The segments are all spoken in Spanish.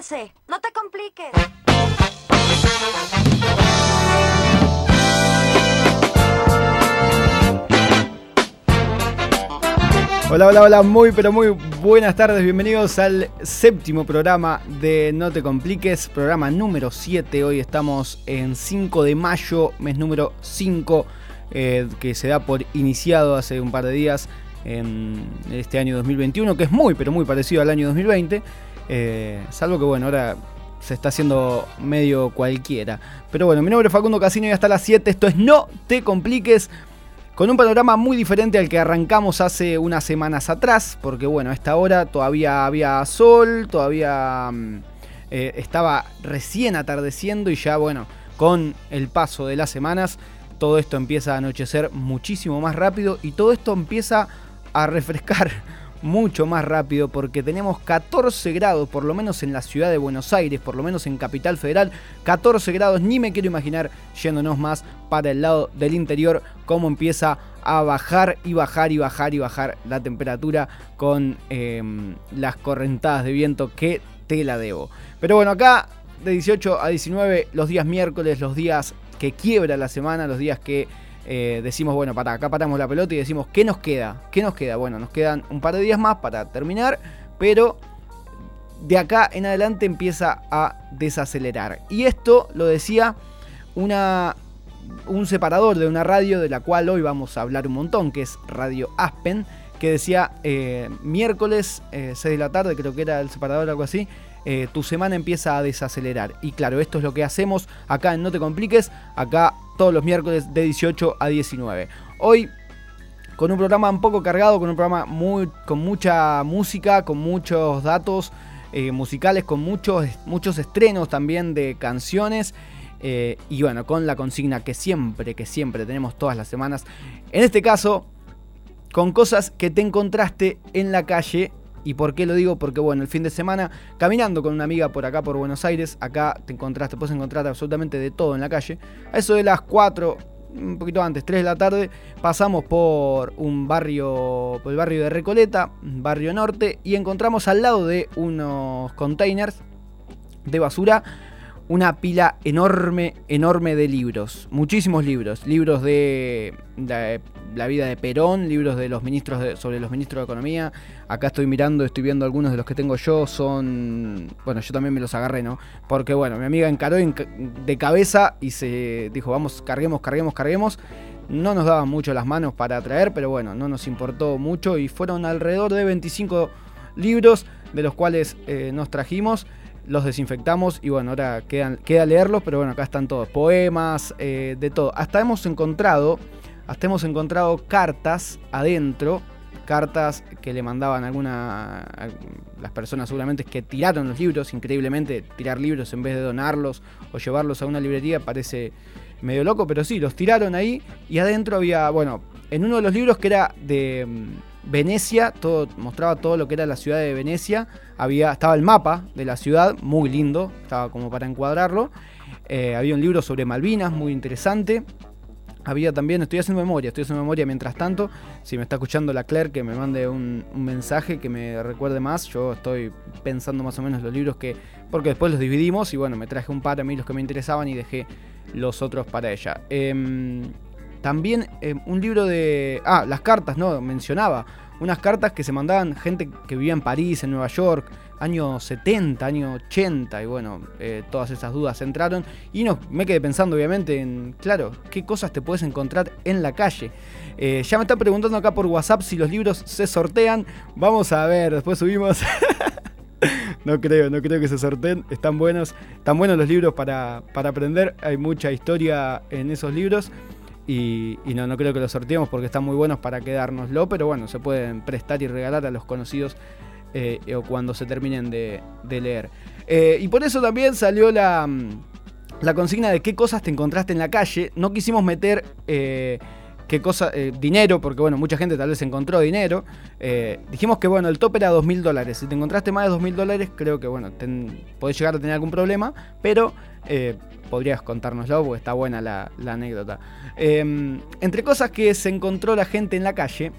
Complíquense, no te compliques. Hola, hola, hola, muy pero muy buenas tardes, bienvenidos al séptimo programa de No Te Compliques, programa número 7, hoy estamos en 5 de mayo, mes número 5, que se da por iniciado hace un par de días en este año 2021, que es muy pero muy parecido al año 2020, salvo que bueno, ahora se está haciendo medio cualquiera. Pero bueno, mi nombre es Facundo Casino y hasta las 7, esto es No Te Compliques, con un panorama muy diferente al que arrancamos hace unas semanas atrás, porque bueno, a esta hora todavía había sol, todavía estaba recién atardeciendo y ya bueno, con el paso de las semanas, todo esto empieza a anochecer muchísimo más rápido y todo esto empieza a refrescar mucho más rápido porque tenemos 14 grados, por lo menos en la ciudad de Buenos Aires, por lo menos en Capital Federal, 14 grados, ni me quiero imaginar yéndonos más para el lado del interior, cómo empieza a bajar y bajar y bajar y bajar la temperatura con las correntadas de viento que te la debo. Pero bueno, acá de 18 a 19, los días miércoles, los días que quiebra la semana, los días que decimos, bueno, acá paramos la pelota y decimos, ¿qué nos queda? ¿Qué nos queda? Bueno, nos quedan un par de días más para terminar, pero de acá en adelante empieza a desacelerar. Y esto lo decía un separador de una radio de la cual hoy vamos a hablar un montón, que es Radio Aspen, que decía miércoles 6 de la tarde, creo que era el separador o algo así, tu semana empieza a desacelerar. Y claro, esto es lo que hacemos acá en No Te Compliques, acá todos los miércoles de 18 a 19. Hoy con un programa un poco cargado, con un programa con mucha música, con muchos datos musicales, con muchos estrenos también de canciones. Y bueno, con la consigna que siempre tenemos todas las semanas. En este caso, con cosas que te encontraste en la calle. ¿Y por qué lo digo? Porque bueno, el fin de semana, caminando con una amiga por acá por Buenos Aires, acá puedes encontrar absolutamente de todo en la calle. A eso de las 4, un poquito antes, 3 de la tarde, pasamos por el barrio de Recoleta, barrio norte, y encontramos al lado de unos containers de basura una pila enorme de libros, muchísimos libros de la vida de Perón, libros de los ministros sobre los ministros de Economía. Acá estoy viendo algunos de los que tengo yo, bueno, yo también me los agarré, ¿no? Porque bueno, mi amiga encaró de cabeza y se dijo, vamos, carguemos. No nos daban mucho las manos para traer, pero bueno, no nos importó mucho y fueron alrededor de 25 libros, de los cuales nos trajimos. Los desinfectamos y bueno, ahora queda leerlos, pero bueno, acá están todos, poemas, de todo. Hasta hemos encontrado cartas adentro, cartas que le mandaban las personas seguramente que tiraron los libros. Increíblemente, tirar libros en vez de donarlos o llevarlos a una librería parece medio loco, pero sí, los tiraron ahí y adentro había, bueno, en uno de los libros que era de Venecia, mostraba todo lo que era la ciudad de Venecia, estaba el mapa de la ciudad, muy lindo, estaba como para encuadrarlo, había un libro sobre Malvinas, muy interesante, había también, estoy haciendo memoria mientras tanto, si me está escuchando la Claire, que me mande un mensaje que me recuerde más. Yo estoy pensando más o menos los libros porque después los dividimos y bueno, me traje un par a mí los que me interesaban y dejé los otros para ella. También un libro de... las cartas, ¿no? Mencionaba. Unas cartas que se mandaban gente que vivía en París, en Nueva York, año 70, año 80. Y bueno, todas esas dudas entraron. Y me quedé pensando, obviamente, en, claro, qué cosas te puedes encontrar en la calle. Ya me están preguntando acá por WhatsApp si los libros se sortean. Vamos a ver, después subimos... No creo que se sorteen. Están buenos los libros para aprender. Hay mucha historia en esos libros. Y no creo que los sorteemos porque están muy buenos para quedárnoslo, pero bueno, se pueden prestar y regalar a los conocidos o cuando se terminen de leer. Y por eso también salió la consigna de qué cosas te encontraste en la calle. No quisimos meter dinero, porque bueno, mucha gente tal vez encontró dinero. Dijimos que bueno, el tope era $2.000. Si te encontraste más de $2.000, creo que bueno, podés llegar a tener algún problema, pero podrías contárnoslo porque está buena la anécdota. Entre cosas que se encontró la gente en la calle,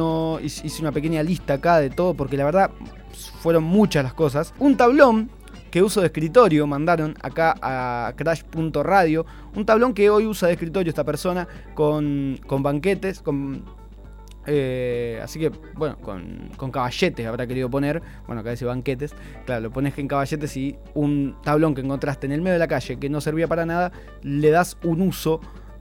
hice una pequeña lista acá de todo porque la verdad fueron muchas las cosas. Un tablón que uso de escritorio, mandaron acá a crash.radio, un tablón que hoy usa de escritorio esta persona con banquetes, así que, bueno, con caballetes habrá querido poner. Bueno, acá dice banquetes. Claro, lo pones en caballetes y un tablón que encontraste en el medio de la calle que no servía para nada, le das un uso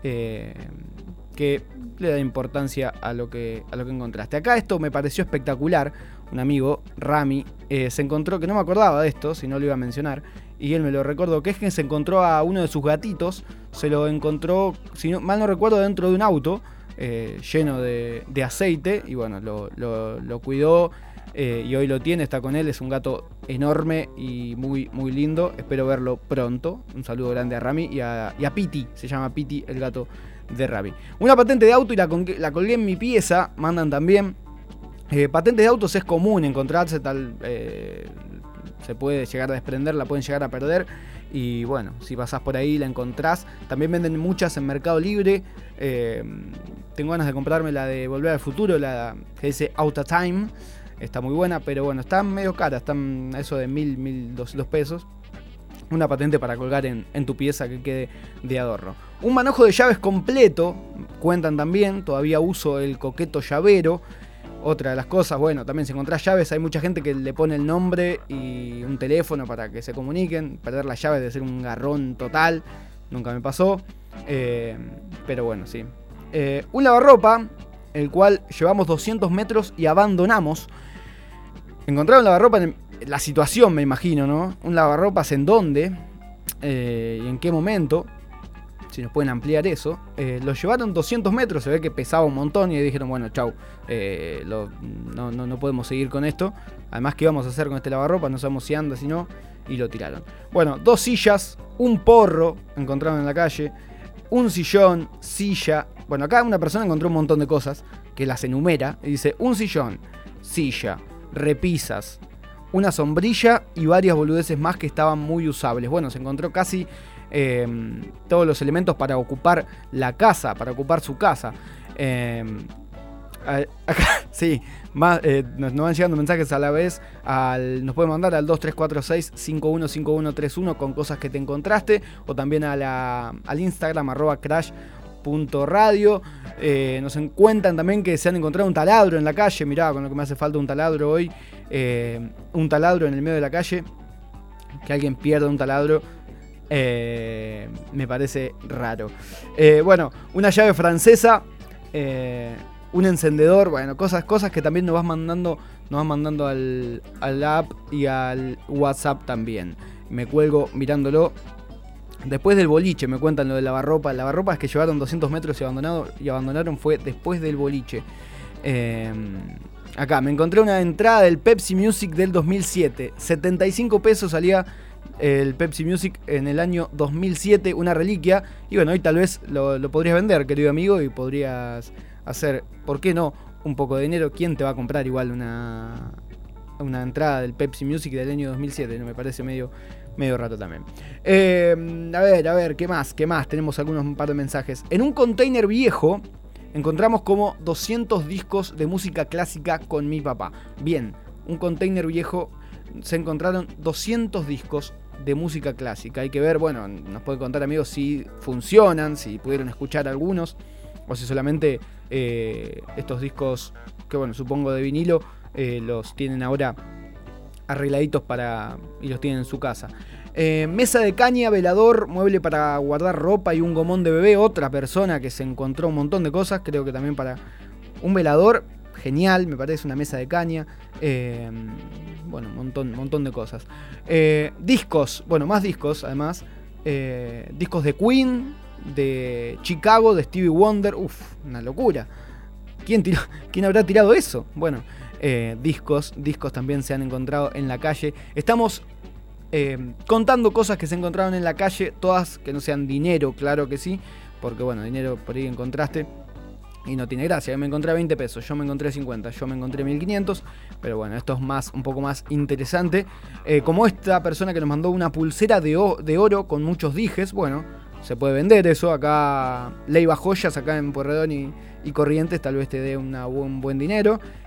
que le da importancia a lo que encontraste. Acá esto me pareció espectacular. Un amigo, Rami, se encontró, que no me acordaba de esto, si no lo iba a mencionar, y él me lo recordó, que es que se encontró a uno de sus gatitos, se lo encontró, si no, mal no recuerdo, dentro de un auto, lleno de aceite, y bueno, lo cuidó, y hoy lo tiene, está con él. Es un gato enorme y muy, muy lindo. Espero verlo pronto. Un saludo grande a Rami y a Piti, se llama Piti el gato de Rami. Una patente de auto y la colgué en mi pieza, mandan también. Patentes de autos es común encontrarse, se puede llegar a desprender, la pueden llegar a perder. Y bueno, si pasás por ahí la encontrás. También venden muchas en Mercado Libre. Tengo ganas de comprarme la de Volver al Futuro, la que dice Out of Time. Está muy buena, pero bueno, están medio caras, están a eso de 1.200 pesos. Una patente para colgar en tu pieza que quede de adorno. Un manojo de llaves completo, cuentan también. Todavía uso el coqueto llavero. Otra de las cosas, bueno, también si encontrás llaves, hay mucha gente que le pone el nombre y un teléfono para que se comuniquen. Perder las llaves debe ser un garrón total. Nunca me pasó. Pero bueno, sí. Un lavarropa, el cual llevamos 200 metros y abandonamos. Encontraron lavarropa en la situación, me imagino, ¿no? Un lavarropas en dónde y en qué momento. Si nos pueden ampliar eso. Lo llevaron 200 metros, se ve que pesaba un montón y dijeron, bueno, chau, no podemos seguir con esto. Además, ¿qué vamos a hacer con este lavarropa? No sabemos si anda, si no. Y lo tiraron. Bueno, 2 sillas, un porro encontraron en la calle, un sillón, silla. Bueno, acá una persona encontró un montón de cosas que las enumera y dice, un sillón, silla, repisas, una sombrilla y varias boludeces más que estaban muy usables. Bueno, se encontró casi todos los elementos para ocupar la casa, para ocupar su casa. Acá, sí, nos van llegando mensajes a la vez. Nos pueden mandar al 2346-515131 con cosas que te encontraste, o también al Instagram @crash.radio. Nos cuentan también que se han encontrado un taladro en la calle. Mirá, con lo que me hace falta un taladro hoy. Un taladro en el medio de la calle. Que alguien pierda un taladro me parece raro. Bueno, una llave francesa, un encendedor, bueno, cosas que también nos vas mandando al app y al WhatsApp también. Me cuelgo mirándolo. Después del boliche, me cuentan lo de lavarropa. Lavarropas que llevaron 200 metros y abandonaron fue después del boliche. Acá me encontré una entrada del Pepsi Music del 2007. 75 pesos salía el Pepsi Music en el año 2007, una reliquia. Y bueno, hoy tal vez lo podrías vender, querido amigo, y podrías hacer, ¿por qué no?, un poco de dinero. ¿Quién te va a comprar igual una entrada del Pepsi Music del año 2007? No me parece medio raro también. A ver, ¿qué más? Tenemos un par de mensajes. En un container viejo encontramos como 200 discos de música clásica con mi papá. Bien, un container viejo, se encontraron 200 discos de música clásica. Hay que ver, bueno, nos puede contar, amigos, si funcionan, si pudieron escuchar algunos, o si solamente estos discos, que bueno, supongo de vinilo, los tienen ahora arregladitos y los tienen en su casa. Mesa de caña, velador, mueble para guardar ropa y un gomón de bebé. Otra persona que se encontró un montón de cosas, creo que también para un velador, genial, me parece, una mesa de caña. Bueno, un montón de cosas. Discos, bueno, más discos además. Discos de Queen, de Chicago, de Stevie Wonder. Una locura. ¿Quién habrá tirado eso? Bueno, discos también se han encontrado en la calle. Estamos contando cosas que se encontraron en la calle, todas que no sean dinero, claro que sí, porque bueno, dinero por ahí encontraste y no tiene gracia. Yo me encontré 20 pesos, yo me encontré 50, yo me encontré 1500, pero bueno, esto es un poco más interesante. Como esta persona que nos mandó una pulsera de oro con muchos dijes. Bueno, se puede vender eso. Acá Leiva Joyas, acá en Pueyrredón y Corrientes, tal vez te dé un buen dinero.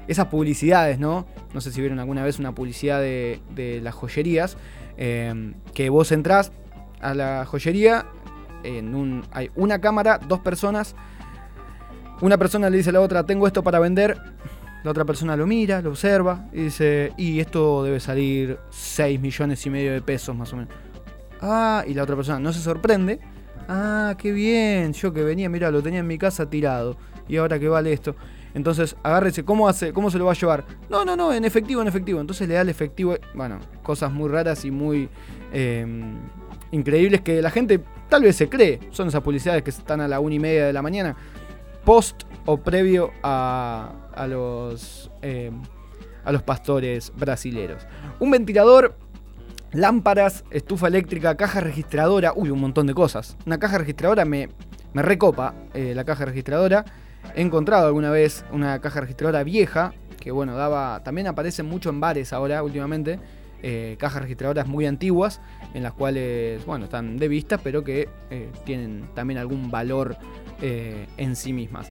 esas publicidades, ¿no? No sé si vieron alguna vez una publicidad de las joyerías, que vos entrás a la joyería, hay una cámara, 2 personas, una persona le dice a la otra, tengo esto para vender, la otra persona lo mira, lo observa y dice, y esto debe salir 6,5 millones de pesos más o menos. Ah, y la otra persona no se sorprende. Ah, qué bien, yo que venía, mirá, lo tenía en mi casa tirado, y ahora que vale esto. Entonces, agárrese, ¿cómo se lo va a llevar? No, en efectivo. Entonces le da el efectivo. Bueno, cosas muy raras y muy increíbles que la gente tal vez se cree. Son esas publicidades que están a la 1:30 de la mañana, post o previo a los pastores brasileros. Un ventilador, lámparas, estufa eléctrica, caja registradora. Uy, un montón de cosas. Una caja registradora me recopa, la caja registradora. He encontrado alguna vez una caja registradora vieja, que bueno, también aparecen mucho en bares ahora últimamente, cajas registradoras muy antiguas, en las cuales, bueno, están de vista, pero que tienen también algún valor en sí mismas.